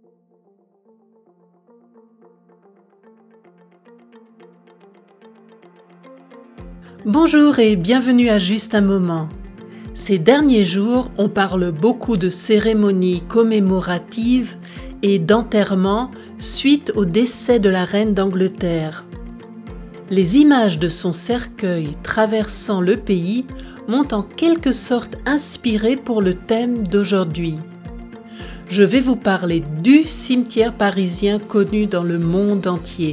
Bonjour et bienvenue à Juste un moment. Ces derniers jours, on parle beaucoup de cérémonies commémoratives et d'enterrement suite au décès de la reine d'Angleterre. Les images de son cercueil traversant le pays m'ont en quelque sorte inspiré pour le thème d'aujourd'hui. Je vais vous parler du cimetière parisien connu dans le monde entier.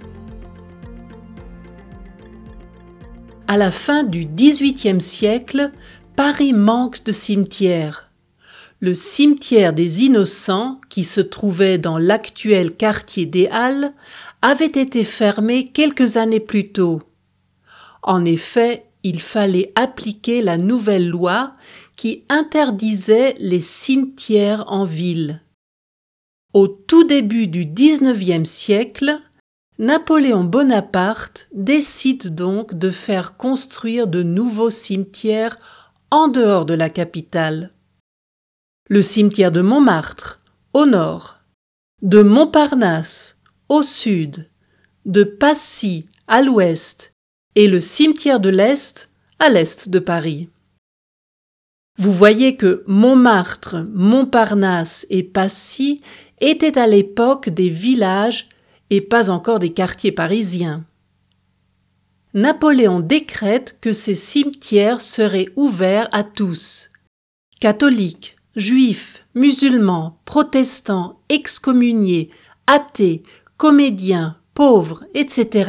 À la fin du XVIIIe siècle, Paris manque de cimetière. Le cimetière des Innocents, qui se trouvait dans l'actuel quartier des Halles, avait été fermé quelques années plus tôt. En effet, il fallait appliquer la nouvelle loi qui interdisait les cimetières en ville. Au tout début du XIXe siècle, Napoléon Bonaparte décide donc de faire construire de nouveaux cimetières en dehors de la capitale. Le cimetière de Montmartre, au nord, de Montparnasse, au sud, de Passy, à l'ouest, et le cimetière de l'Est, à l'est de Paris. Vous voyez que Montmartre, Montparnasse et Passy étaient à l'époque des villages et pas encore des quartiers parisiens. Napoléon décrète que ces cimetières seraient ouverts à tous, catholiques, juifs, musulmans, protestants, excommuniés, athées, comédiens, pauvres, etc.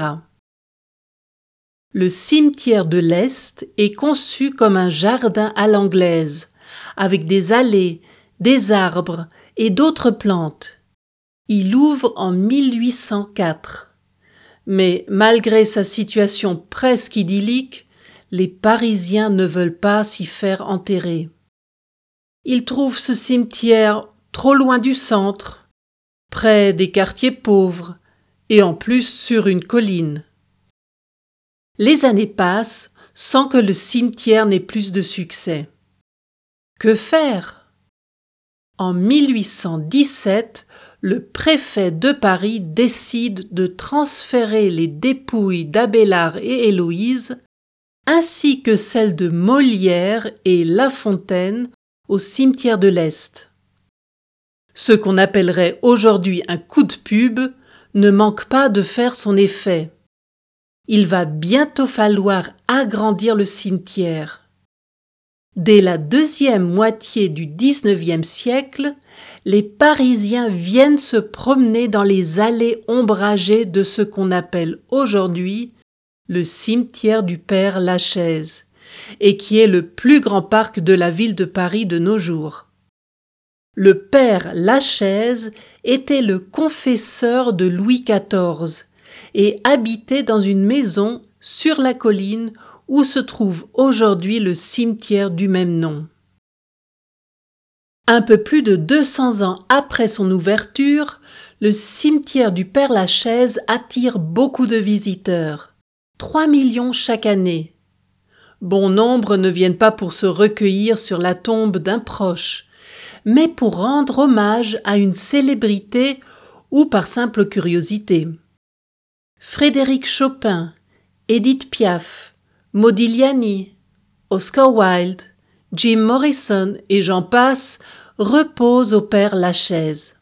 Le cimetière de l'Est est conçu comme un jardin à l'anglaise, avec des allées, des arbres et d'autres plantes. Il ouvre en 1804. Mais malgré sa situation presque idyllique, les Parisiens ne veulent pas s'y faire enterrer. Ils trouvent ce cimetière trop loin du centre, près des quartiers pauvres, et en plus sur une colline. Les années passent sans que le cimetière n'ait plus de succès. Que faire ? En 1817, le préfet de Paris décide de transférer les dépouilles d'Abélard et Héloïse, ainsi que celles de Molière et La Fontaine, au cimetière de l'Est. Ce qu'on appellerait aujourd'hui un coup de pub ne manque pas de faire son effet. Il va bientôt falloir agrandir le cimetière. Dès la deuxième moitié du XIXe siècle, les Parisiens viennent se promener dans les allées ombragées de ce qu'on appelle aujourd'hui le cimetière du Père-Lachaise, et qui est le plus grand parc de la ville de Paris de nos jours. Le Père-Lachaise était le confesseur de Louis XIV et habitait dans une maison sur la colline où se trouve aujourd'hui le cimetière du même nom. Un peu plus de 200 ans après son ouverture, le cimetière du Père-Lachaise attire beaucoup de visiteurs, 3 millions chaque année. Bon nombre ne viennent pas pour se recueillir sur la tombe d'un proche, mais pour rendre hommage à une célébrité ou par simple curiosité. Frédéric Chopin, Édith Piaf, Modigliani, Oscar Wilde, Jim Morrison et j'en passe reposent au Père-Lachaise.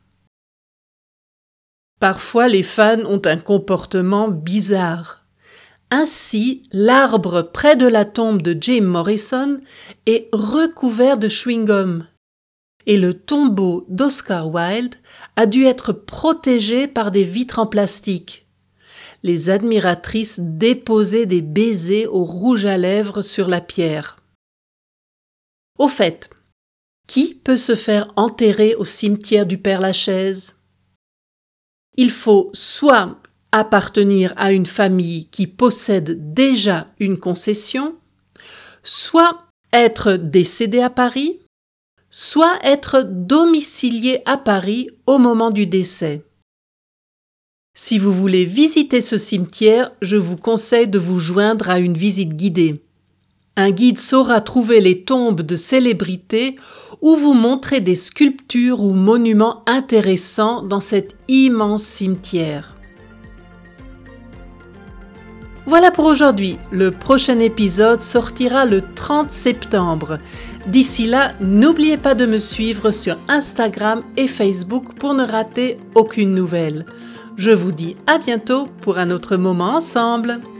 Parfois, les fans ont un comportement bizarre. Ainsi, l'arbre près de la tombe de Jim Morrison est recouvert de chewing-gum et le tombeau d'Oscar Wilde a dû être protégé par des vitres en plastique. Les admiratrices déposaient des baisers au rouge à lèvres sur la pierre. Au fait, qui peut se faire enterrer au cimetière du Père-Lachaise ? Il faut soit appartenir à une famille qui possède déjà une concession, soit être décédé à Paris, soit être domicilié à Paris au moment du décès. Si vous voulez visiter ce cimetière, je vous conseille de vous joindre à une visite guidée. Un guide saura trouver les tombes de célébrités ou vous montrer des sculptures ou monuments intéressants dans cet immense cimetière. Voilà pour aujourd'hui. Le prochain épisode sortira le 30 septembre. D'ici là, n'oubliez pas de me suivre sur Instagram et Facebook pour ne rater aucune nouvelle. Je vous dis à bientôt pour un autre moment ensemble.